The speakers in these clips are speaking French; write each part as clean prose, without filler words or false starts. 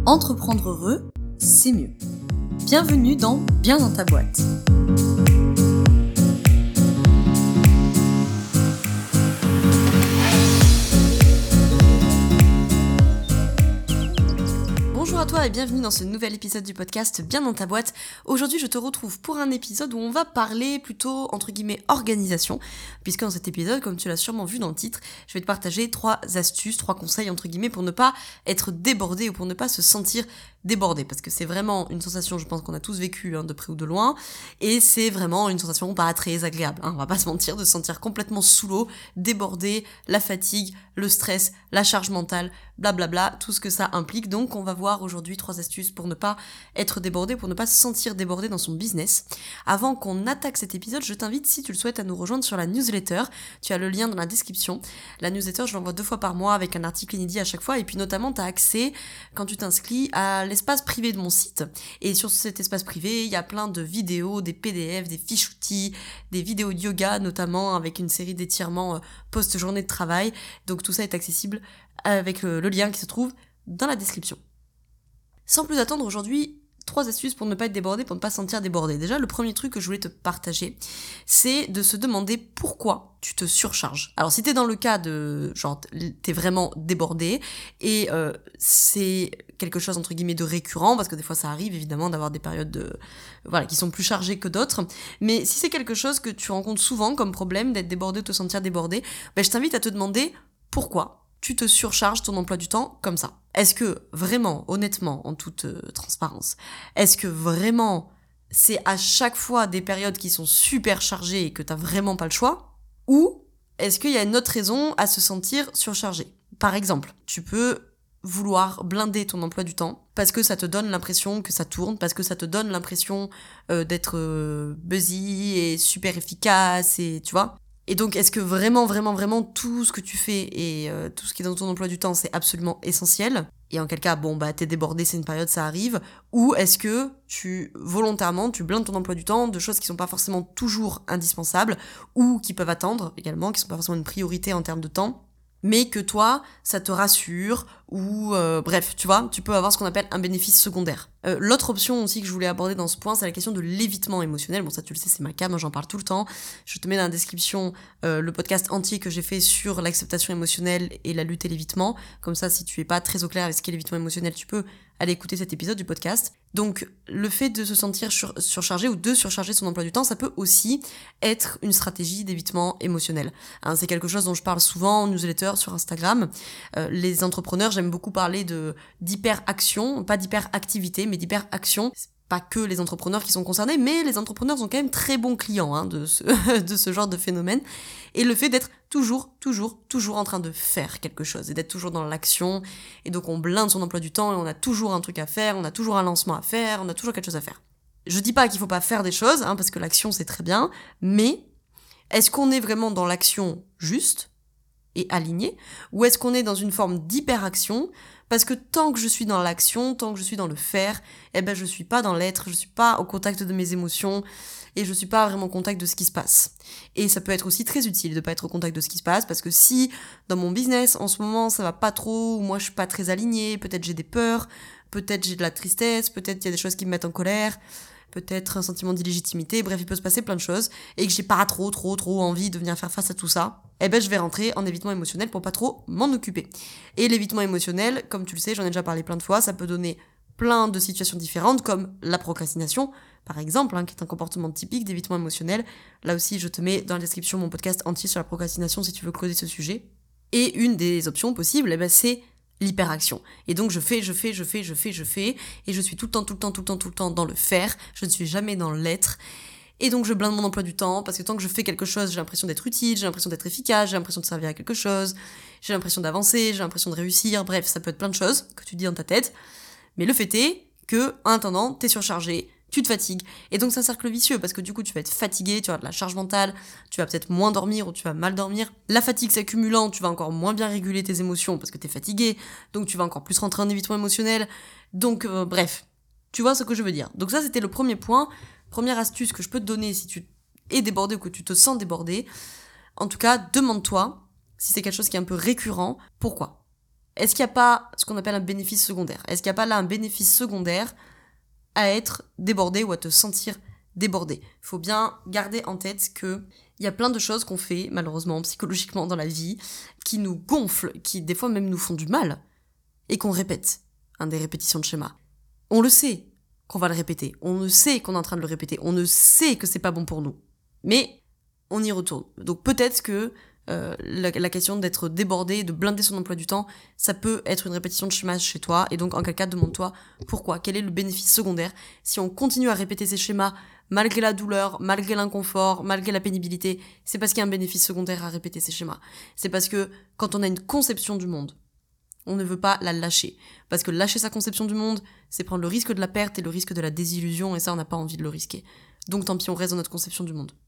Entreprendre heureux, c'est mieux. Bienvenue dans Bien dans ta boîte. Bonjour à toi et bienvenue dans ce nouvel épisode du podcast Bien dans ta boîte. Aujourd'hui, je te retrouve pour un épisode où on va parler plutôt, entre guillemets, organisation, puisque dans cet épisode, comme tu l'as sûrement vu dans le titre, je vais te partager 3 astuces, 3 conseils, entre guillemets, pour ne pas être débordé ou pour ne pas se sentir débordé, parce que c'est vraiment une sensation, je pense qu'on a tous vécu, de près ou de loin, et c'est vraiment une sensation pas très agréable, on va pas se mentir, de se sentir complètement sous l'eau, débordé, la fatigue, le stress, la charge mentale, blablabla, tout ce que ça implique. Donc on va voir aujourd'hui 3 astuces pour ne pas être débordé, pour ne pas se sentir débordé dans son business. Avant qu'on attaque cet épisode, je t'invite, si tu le souhaites, à nous rejoindre sur la newsletter. Tu as le lien dans la description. La newsletter, je l'envoie 2 fois par mois avec un article inédit à chaque fois, et puis notamment tu as accès, quand tu t'inscris, à l'espace privé de mon site. Et sur cet espace privé, il y a plein de vidéos, des PDF, des fiches outils, des vidéos de yoga notamment, avec une série d'étirements post-journée de travail. Donc tout ça est accessible avec le lien qui se trouve dans la description. Sans plus attendre, aujourd'hui, 3 astuces pour ne pas être débordé, pour ne pas se sentir débordé. Déjà, le premier truc que je voulais te partager, c'est de se demander pourquoi tu te surcharges. Alors, si t'es dans le cas de, genre, t'es vraiment débordé, et c'est quelque chose, entre guillemets, de récurrent, parce que des fois, ça arrive, évidemment, d'avoir des périodes qui sont plus chargées que d'autres, mais si c'est quelque chose que tu rencontres souvent comme problème, d'être débordé, de te sentir débordé, je t'invite à te demander pourquoi tu te surcharges ton emploi du temps comme ça. Est-ce que vraiment, honnêtement, en toute transparence, est-ce que vraiment c'est à chaque fois des périodes qui sont super chargées et que t'as vraiment pas le choix? Ou est-ce qu'il y a une autre raison à se sentir surchargé? Par exemple, tu peux vouloir blinder ton emploi du temps parce que ça te donne l'impression que ça tourne, parce que ça te donne l'impression d'être busy et super efficace, et tu vois. Et donc, est-ce que vraiment tout ce que tu fais et tout ce qui est dans ton emploi du temps, c'est absolument essentiel? Et en quel cas, t'es débordé, c'est une période, ça arrive. Ou est-ce que volontairement, tu blindes ton emploi du temps de choses qui sont pas forcément toujours indispensables, ou qui peuvent attendre également, qui sont pas forcément une priorité en termes de temps, mais que toi, ça te rassure, ou bref, tu vois, tu peux avoir ce qu'on appelle un bénéfice secondaire. L'autre option aussi que je voulais aborder dans ce point, c'est la question de l'évitement émotionnel. Bon, ça tu le sais, c'est ma came, moi j'en parle tout le temps. Je te mets dans la description le podcast entier que j'ai fait sur l'acceptation émotionnelle et la lutte et l'évitement. Comme ça, si tu es pas très au clair avec ce qu'est l'évitement émotionnel, tu peux aller écouter cet épisode du podcast. Donc, le fait de se sentir surchargé ou de surcharger son emploi du temps, ça peut aussi être une stratégie d'évitement émotionnel. C'est quelque chose dont je parle souvent en newsletter sur Instagram. Les entrepreneurs, j'aime beaucoup parler d'hyper-action, pas d'hyper-activité, mais d'hyper-action. C'est pas que les entrepreneurs qui sont concernés, mais les entrepreneurs sont quand même très bons clients de ce genre de phénomène. Et le fait d'être toujours en train de faire quelque chose, et d'être toujours dans l'action, et donc on blinde son emploi du temps, et on a toujours un truc à faire, on a toujours un lancement à faire, on a toujours quelque chose à faire. Je dis pas qu'il faut pas faire des choses, parce que l'action c'est très bien, mais est-ce qu'on est vraiment dans l'action juste et aligné, ou est-ce qu'on est dans une forme d'hyperaction? Parce que tant que je suis dans l'action, tant que je suis dans le faire, je suis pas dans l'être, je suis pas au contact de mes émotions, et je suis pas vraiment au contact de ce qui se passe. Et ça peut être aussi très utile de pas être au contact de ce qui se passe, parce que si, dans mon business, en ce moment, ça va pas trop, ou moi je suis pas très alignée, peut-être j'ai des peurs, peut-être j'ai de la tristesse, peut-être il y a des choses qui me mettent en colère, peut-être un sentiment d'illégitimité, bref, il peut se passer plein de choses, et que j'ai pas trop envie de venir faire face à tout ça, je vais rentrer en évitement émotionnel pour pas trop m'en occuper. Et l'évitement émotionnel, comme tu le sais, j'en ai déjà parlé plein de fois, ça peut donner plein de situations différentes, comme la procrastination, par exemple, qui est un comportement typique d'évitement émotionnel. Là aussi, je te mets dans la description mon podcast entier sur la procrastination si tu veux creuser ce sujet. Et une des options possibles, c'est l'hyperaction. Et donc je fais, et je suis tout le temps dans le faire, je ne suis jamais dans l'être. Et donc je blinde mon emploi du temps, parce que tant que je fais quelque chose, j'ai l'impression d'être utile, j'ai l'impression d'être efficace, j'ai l'impression de servir à quelque chose, j'ai l'impression d'avancer, j'ai l'impression de réussir, bref, ça peut être plein de choses que tu dis dans ta tête. Mais le fait est que, en attendant, t'es surchargé, tu te fatigues. Et donc c'est un cercle vicieux, parce que du coup tu vas être fatigué, tu vas avoir de la charge mentale, tu vas peut-être moins dormir ou tu vas mal dormir. La fatigue s'accumulant, tu vas encore moins bien réguler tes émotions parce que t'es fatigué, donc tu vas encore plus rentrer en évitement émotionnel. Donc bref, tu vois ce que je veux dire. Donc ça c'était le premier point, première astuce que je peux te donner si tu es débordé ou que tu te sens débordé. En tout cas, demande-toi, si c'est quelque chose qui est un peu récurrent, pourquoi ? est-ce qu'il n'y a pas ce qu'on appelle un bénéfice secondaire? Est-ce qu'il n'y a pas là un bénéfice secondaire à être débordé ou à te sentir débordé? Il faut bien garder en tête que il y a plein de choses qu'on fait, malheureusement, psychologiquement dans la vie, qui nous gonflent, qui des fois même nous font du mal, et qu'on répète. Des répétitions de schéma. On le sait qu'on va le répéter. On le sait qu'on est en train de le répéter. On le sait que c'est pas bon pour nous. Mais on y retourne. Donc peut-être que la question d'être débordé, de blinder son emploi du temps, ça peut être une répétition de schéma chez toi. Et donc en quel cas, demande-toi pourquoi. Quel est le bénéfice secondaire si on continue à répéter ces schémas malgré la douleur, malgré l'inconfort, malgré la pénibilité? C'est parce qu'il y a un bénéfice secondaire à répéter ces schémas. C'est parce que quand on a une conception du monde, on ne veut pas la lâcher. Parce que lâcher sa conception du monde, c'est prendre le risque de la perte et le risque de la désillusion, et ça, on n'a pas envie de le risquer. Donc tant pis, on reste dans notre conception du monde.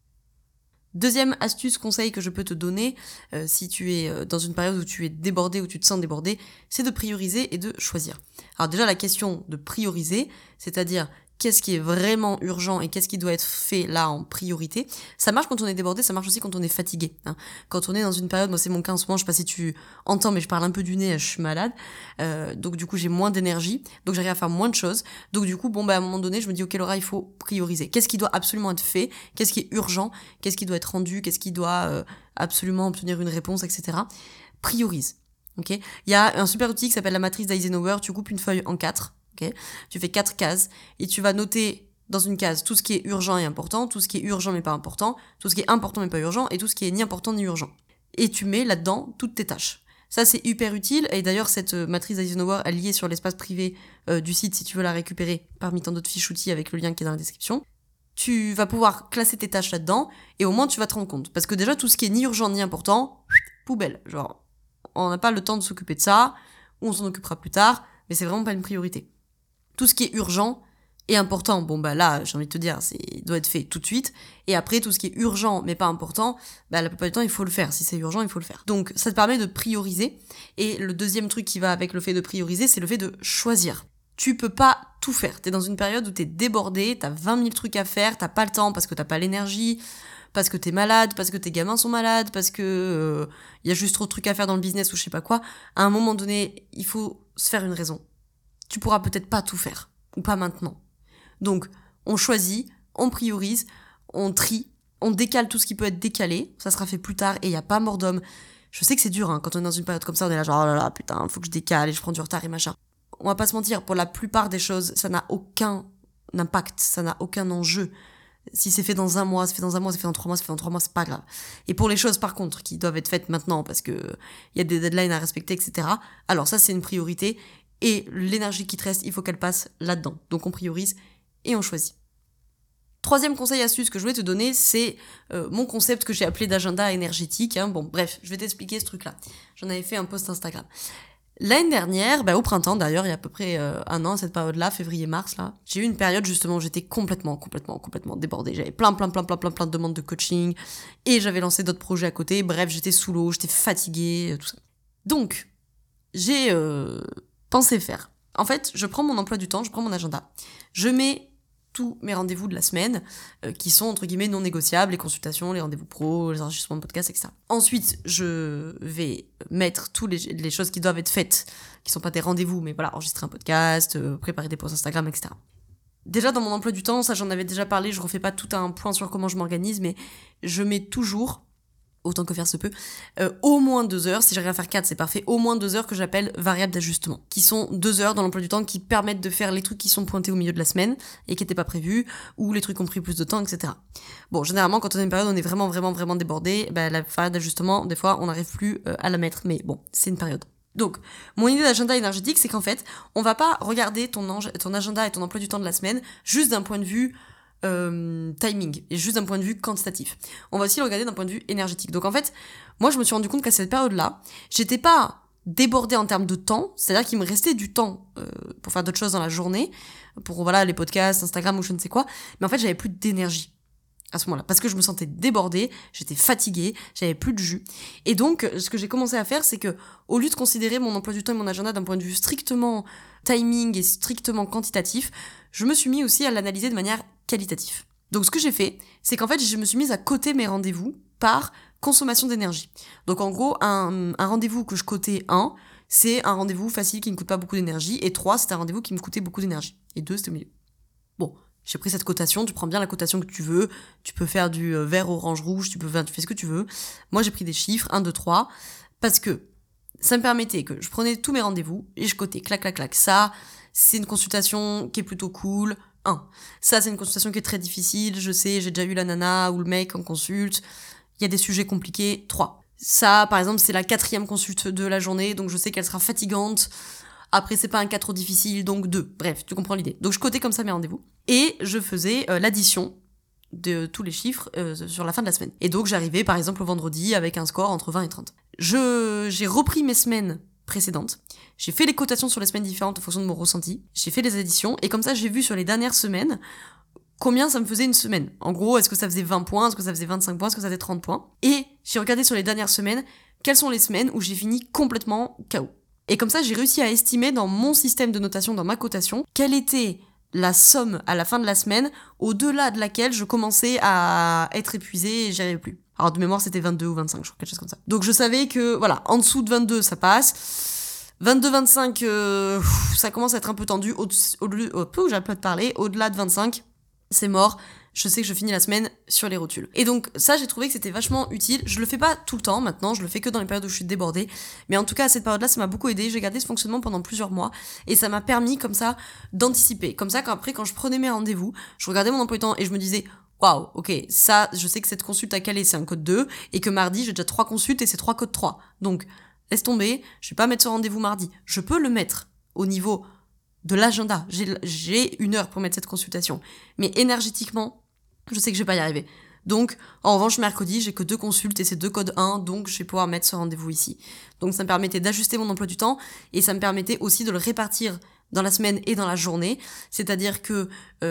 Deuxième astuce, conseil que je peux te donner, si tu es dans une période où tu es débordé, où tu te sens débordé, c'est de prioriser et de choisir. Alors déjà, la question de prioriser, c'est-à-dire qu'est-ce qui est vraiment urgent et qu'est-ce qui doit être fait là en priorité. Ça marche quand on est débordé, ça marche aussi quand on est fatigué. Quand on est dans une période, moi c'est mon cas en ce moment, je sais pas si tu entends, mais je parle un peu du nez, je suis malade. Donc du coup j'ai moins d'énergie, donc j'arrive à faire moins de choses. Donc du coup, à un moment donné, je me dis ok Laura, il faut prioriser. Qu'est-ce qui doit absolument être fait? Qu'est-ce qui est urgent? Qu'est-ce qui doit être rendu? Qu'est-ce qui doit absolument obtenir une réponse, etc. Priorise. Ok. Il y a un super outil qui s'appelle la matrice d'Eisenhower. Tu coupes une feuille en 4. Okay, tu fais 4 cases et tu vas noter dans une case tout ce qui est urgent et important, tout ce qui est urgent mais pas important, tout ce qui est important mais pas urgent et tout ce qui est ni important ni urgent. Et tu mets là-dedans toutes tes tâches. Ça c'est hyper utile et d'ailleurs cette matrice d'Eisenhower est liée sur l'espace privé du site si tu veux la récupérer parmi tant d'autres fiches outils avec le lien qui est dans la description. Tu vas pouvoir classer tes tâches là-dedans et au moins tu vas te rendre compte. Parce que déjà tout ce qui est ni urgent ni important, poubelle. Genre on n'a pas le temps de s'occuper de ça, ou on s'en occupera plus tard, mais c'est vraiment pas une priorité. Tout ce qui est urgent et important, là, j'ai envie de te dire, doit être fait tout de suite. Et après, tout ce qui est urgent mais pas important, la plupart du temps, il faut le faire. Si c'est urgent, il faut le faire. Donc, ça te permet de prioriser. Et le deuxième truc qui va avec le fait de prioriser, c'est le fait de choisir. Tu peux pas tout faire. T'es dans une période où t'es débordé, t'as 20 000 trucs à faire, t'as pas le temps parce que t'as pas l'énergie, parce que t'es malade, parce que tes gamins sont malades, parce que y a juste trop de trucs à faire dans le business ou je sais pas quoi. À un moment donné, il faut se faire une raison. Tu pourras peut-être pas tout faire, ou pas maintenant. Donc, on choisit, on priorise, on trie, on décale tout ce qui peut être décalé, ça sera fait plus tard, et il n'y a pas mort d'homme. Je sais que c'est dur, quand on est dans une période comme ça, on est là genre, oh là là, putain, faut que je décale, et je prends du retard et machin. On va pas se mentir, pour la plupart des choses, ça n'a aucun impact, ça n'a aucun enjeu. Si c'est fait dans un mois, c'est fait dans un mois, c'est fait dans 3 mois, c'est fait dans 3 mois, c'est pas grave. Et pour les choses, par contre, qui doivent être faites maintenant, parce que il y a des deadlines à respecter, etc., alors ça, c'est une priorité, et l'énergie qui te reste, il faut qu'elle passe là-dedans. Donc on priorise et on choisit. Troisième conseil astuce que je voulais te donner, c'est mon concept que j'ai appelé d'agenda énergétique. Bref, je vais t'expliquer ce truc-là. J'en avais fait un post Instagram. L'année dernière, au printemps d'ailleurs, il y a à peu près un an, cette période-là, février-mars, là, j'ai eu une période justement où j'étais complètement débordée. J'avais plein de demandes de coaching et j'avais lancé d'autres projets à côté. Bref, j'étais sous l'eau, j'étais fatiguée, tout ça. Donc, j'ai pensé faire. En fait, je prends mon emploi du temps, je prends mon agenda, je mets tous mes rendez-vous de la semaine, qui sont entre guillemets non négociables, les consultations, les rendez-vous pro, les enregistrements de podcasts, etc. Ensuite, je vais mettre toutes les choses qui doivent être faites, qui sont pas des rendez-vous, mais voilà, enregistrer un podcast, préparer des posts Instagram, etc. Déjà dans mon emploi du temps, ça j'en avais déjà parlé, je refais pas tout un point sur comment je m'organise, mais je mets toujours, autant que faire se peut, au moins 2 heures, si j'arrive à faire 4 c'est parfait, au moins 2 heures que j'appelle variables d'ajustement, qui sont 2 heures dans l'emploi du temps qui permettent de faire les trucs qui sont pointés au milieu de la semaine et qui n'étaient pas prévus, ou les trucs qui ont pris plus de temps, etc. Bon, généralement quand on est une période où on est vraiment débordé, la variable d'ajustement, des fois on n'arrive plus à la mettre, mais bon, c'est une période. Donc, mon idée d'agenda énergétique, c'est qu'en fait, on va pas regarder ton agenda et ton emploi du temps de la semaine juste d'un point de vue timing et juste d'un point de vue quantitatif. On va aussi le regarder d'un point de vue énergétique. Donc en fait, moi je me suis rendu compte qu'à cette période-là, j'étais pas débordée en termes de temps, c'est-à-dire qu'il me restait du temps pour faire d'autres choses dans la journée, pour les podcasts, Instagram ou je ne sais quoi, mais en fait j'avais plus d'énergie à ce moment-là, parce que je me sentais débordée, j'étais fatiguée, j'avais plus de jus. Et donc, ce que j'ai commencé à faire, c'est que, au lieu de considérer mon emploi du temps et mon agenda d'un point de vue strictement timing et strictement quantitatif, je me suis mis aussi à l'analyser de manière qualitative. Donc, ce que j'ai fait, c'est qu'en fait, je me suis mise à coter mes rendez-vous par consommation d'énergie. Donc, en gros, un rendez-vous que je cotais 1, c'est un rendez-vous facile qui ne coûte pas beaucoup d'énergie. Et 3, c'est un rendez-vous qui me coûtait beaucoup d'énergie. Et 2, c'était au milieu. Bon, j'ai pris cette cotation, tu prends bien la cotation que tu veux. Tu peux faire du vert, orange, rouge, tu fais ce que tu veux. Moi, j'ai pris des chiffres, 1, 2, 3, parce que ça me permettait que je prenais tous mes rendez-vous et je cotais, clac, clac, clac. Ça, c'est une consultation qui est plutôt cool. 1. Ça, c'est une consultation qui est très difficile. Je sais, j'ai déjà eu la nana ou le mec en consulte. Il y a des sujets compliqués. 3. Ça, par exemple, c'est la 4e consulte de la journée, donc je sais qu'elle sera fatigante. Après, c'est pas un cas trop difficile, donc 2. Bref, tu comprends l'idée. Donc je cotais comme ça mes rendez-vous. Et je faisais l'addition de tous les chiffres sur la fin de la semaine. Et donc j'arrivais, par exemple, au vendredi avec un score entre 20 et 30. J'ai repris mes semaines précédentes. J'ai fait les cotations sur les semaines différentes en fonction de mon ressenti. J'ai fait les additions. Et comme ça, j'ai vu sur les dernières semaines combien ça me faisait une semaine. En gros, est-ce que ça faisait 20 points, est-ce que ça faisait 25 points, est-ce que ça faisait 30 points. Et j'ai regardé sur les dernières semaines quelles sont les semaines où j'ai fini complètement KO. Et comme ça, j'ai réussi à estimer dans mon système de notation, dans ma cotation, quelle était la somme à la fin de la semaine au-delà de laquelle je commençais à être épuisée et j'y arrivais plus. Alors de mémoire, c'était 22 ou 25, je crois, quelque chose comme ça. Donc je savais que, voilà, en dessous de 22, ça passe. 22-25, ça commence à être un peu tendu. J'arrête pas de parler. Au-delà de 25, c'est mort. Je sais que je finis la semaine sur les rotules. Et donc ça, j'ai trouvé que c'était vachement utile. Je le fais pas tout le temps maintenant, je le fais que dans les périodes où je suis débordée. Mais en tout cas, à cette période-là, ça m'a beaucoup aidé. J'ai gardé ce fonctionnement pendant plusieurs mois. Et ça m'a permis, comme ça, d'anticiper. Comme ça, quand je prenais mes rendez-vous, je regardais mon emploi du temps et je me disais, waouh, ok, ça, je sais que cette consulte à Calais, c'est un code 2. Et que mardi, j'ai déjà 3 consultes et c'est 3 codes 3. Donc, laisse tomber, je vais pas mettre ce rendez-vous mardi. Je peux le mettre au niveau de l'agenda. J'ai 1 heure pour mettre cette consultation. Mais énergétiquement, je sais que je vais pas y arriver. Donc, en revanche, mercredi, j'ai que 2 consultes et c'est 2 codes 1, donc je vais pouvoir mettre ce rendez-vous ici. Donc ça me permettait d'ajuster mon emploi du temps et ça me permettait aussi de le répartir dans la semaine et dans la journée. C'est-à-dire que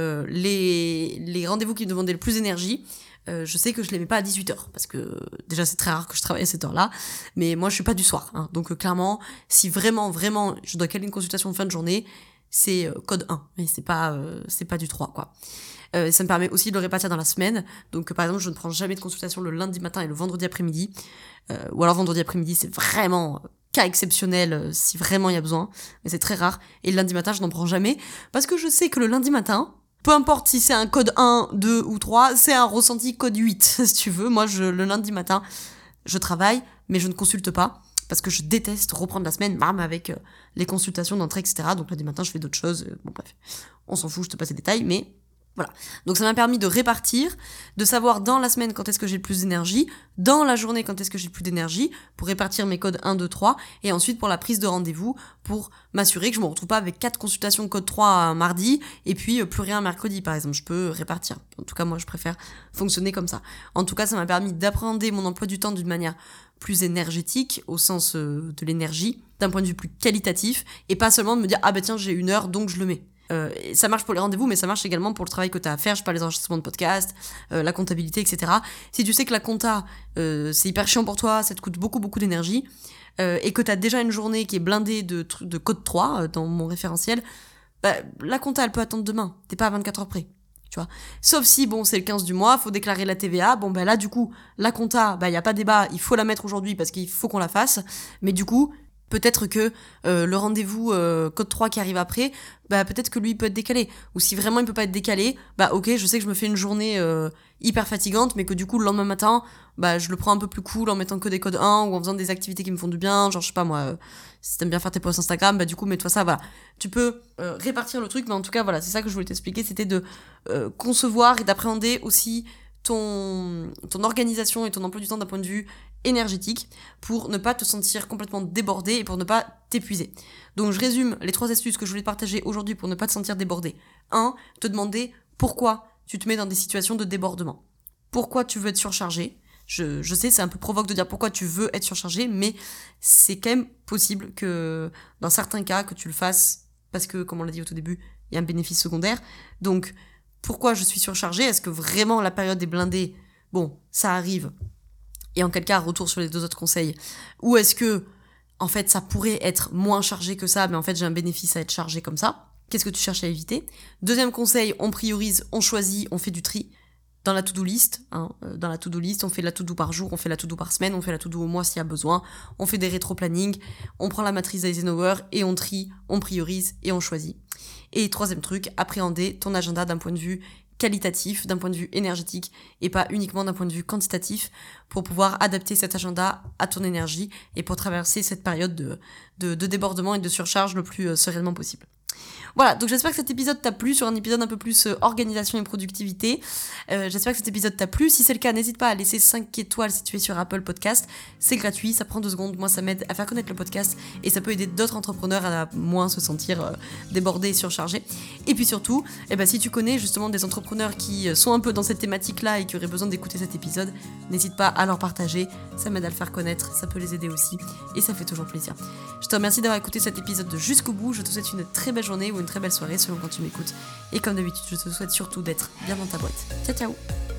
les rendez-vous qui me demandaient le plus d'énergie, je sais que je les mets pas à 18h, parce que déjà c'est très rare que je travaille à cette heure-là, mais moi je suis pas du soir. Hein. Donc clairement, si vraiment je dois caler une consultation de fin de journée, c'est code 1, mais c'est pas du 3, quoi. Ça me permet aussi de le répartir dans la semaine. Donc, par exemple, je ne prends jamais de consultation le lundi matin et le vendredi après-midi. Ou alors vendredi après-midi, c'est vraiment cas exceptionnel si vraiment il y a besoin. Mais c'est très rare. Et le lundi matin, je n'en prends jamais. Parce que je sais que le lundi matin, peu importe si c'est un code 1, 2 ou 3, c'est un ressenti code 8, si tu veux. Moi, le lundi matin, je travaille, mais je ne consulte pas. Parce que je déteste reprendre la semaine, avec les consultations d'entrée, etc. Donc lundi matin, je fais d'autres choses. Bon, bref, on s'en fout, je te passe les détails, mais... Voilà. Donc ça m'a permis de répartir, de savoir dans la semaine quand est-ce que j'ai le plus d'énergie, dans la journée quand est-ce que j'ai le plus d'énergie, pour répartir mes codes 1, 2, 3, et ensuite pour la prise de rendez-vous, pour m'assurer que je me retrouve pas avec 4 consultations de code 3 un mardi, et puis plus rien un mercredi, par exemple. Je peux répartir. En tout cas, moi, je préfère fonctionner comme ça. En tout cas, ça m'a permis d'appréhender mon emploi du temps d'une manière plus énergétique, au sens de l'énergie, d'un point de vue plus qualitatif, et pas seulement de me dire « Ah bah tiens, j'ai 1 heure, donc je le mets ». Ça marche pour les rendez-vous, mais ça marche également pour le travail que tu as à faire, je parle des enregistrements de podcast, la comptabilité, etc. Si tu sais que la compta, c'est hyper chiant pour toi, ça te coûte beaucoup, beaucoup d'énergie, et que tu as déjà une journée qui est blindée de code 3 dans mon référentiel, bah, la compta, elle peut attendre demain, t'es pas à 24 heures près. Tu vois. Sauf si, bon, c'est le 15 du mois, faut déclarer la TVA, bon, bah là, du coup, la compta, bah, y a pas débat, il faut la mettre aujourd'hui parce qu'il faut qu'on la fasse, mais du coup, peut-être que le rendez-vous code 3 qui arrive après, bah peut-être que lui peut être décalé. Ou si vraiment il peut pas être décalé, bah ok, je sais que je me fais une journée hyper fatigante, mais que du coup le lendemain matin, bah je le prends un peu plus cool en mettant que des codes 1 ou en faisant des activités qui me font du bien, genre je sais pas moi, si t'aimes bien faire tes posts Instagram, bah du coup mets-toi ça, voilà. Tu peux répartir le truc, mais en tout cas voilà, c'est ça que je voulais t'expliquer, c'était de concevoir et d'appréhender aussi ton organisation et ton emploi du temps d'un point de vue énergétique pour ne pas te sentir complètement débordé et pour ne pas t'épuiser. Donc je résume les 3 astuces que je voulais te partager aujourd'hui pour ne pas te sentir débordé. 1. Te demander pourquoi tu te mets dans des situations de débordement. Pourquoi tu veux être surchargé. Je sais, c'est un peu provoque de dire pourquoi tu veux être surchargé, mais c'est quand même possible que dans certains cas que tu le fasses parce que, comme on l'a dit au tout début, il y a un bénéfice secondaire. Donc pourquoi je suis surchargée? Est-ce que vraiment la période est blindée? Bon, ça arrive. Et en quel cas, retour sur les 2 autres conseils. Ou est-ce que, en fait, ça pourrait être moins chargé que ça, mais en fait, j'ai un bénéfice à être chargé comme ça? Qu'est-ce que tu cherches à éviter? 2e conseil, on priorise, on choisit, on fait du tri. dans la to-do list. Dans la to-do list, on fait la to-do par jour, on fait la to-do par semaine, on fait la to-do au mois s'il y a besoin, on fait des rétro-planning, on prend la matrice Eisenhower et on trie, on priorise et on choisit. Et troisième truc, appréhender ton agenda d'un point de vue qualitatif, d'un point de vue énergétique et pas uniquement d'un point de vue quantitatif pour pouvoir adapter cet agenda à ton énergie et pour traverser cette période de débordement et de surcharge le plus sereinement possible. Voilà, donc j'espère que cet épisode t'a plu, sur un épisode un peu plus organisation et productivité. J'espère que cet épisode t'a plu. Si c'est le cas, n'hésite pas à laisser 5 étoiles si tu es sur Apple Podcast. C'est gratuit, ça prend 2 secondes. Moi, ça m'aide à faire connaître le podcast et ça peut aider d'autres entrepreneurs à moins se sentir débordés et surchargés. Et puis surtout, si tu connais justement des entrepreneurs qui sont un peu dans cette thématique-là et qui auraient besoin d'écouter cet épisode, n'hésite pas à leur partager. Ça m'aide à le faire connaître, ça peut les aider aussi et ça fait toujours plaisir. Je te remercie d'avoir écouté cet épisode jusqu'au bout. Je te souhaite une très belle journée ou une très belle soirée selon quand tu m'écoutes. Et comme d'habitude, je te souhaite surtout d'être bien dans ta boîte. Ciao ciao.